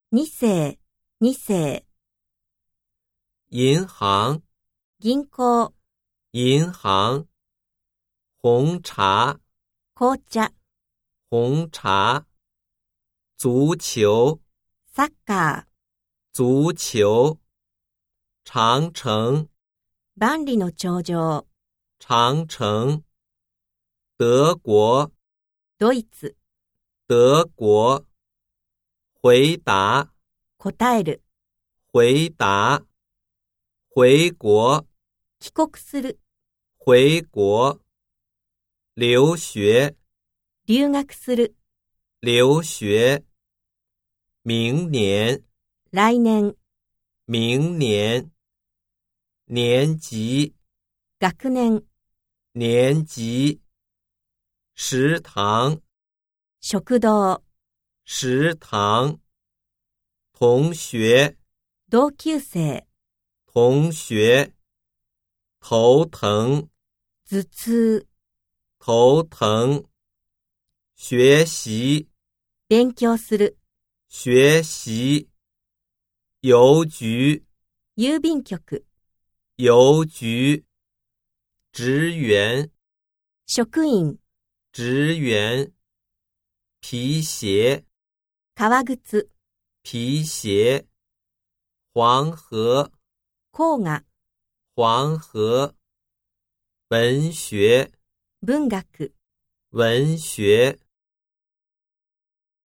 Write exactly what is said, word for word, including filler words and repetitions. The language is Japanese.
二世、二世。 銀行、 銀行、 銀行。红茶、 紅茶、 红茶。足球、 サッカ足球。長城、 ー、万里の長城。 長城。德國、 ドイツ、 德國。回答、 答える。 回答。回國、 帰国する。 回國。留學、 留学する。 留學。明年、 来年。 明年。年級、 学年。 年級。食堂、 食堂。 食堂。同學、 同級生。 同學。頭疼、 頭痛。 頭疼。學習、 勉強する。 學習。郵局、 郵便局。 郵局。職員、 職員。 職員。皮鞋、 革靴。 皮鞋。黃河、 黄河。 黃河。文學、 文學。 文學。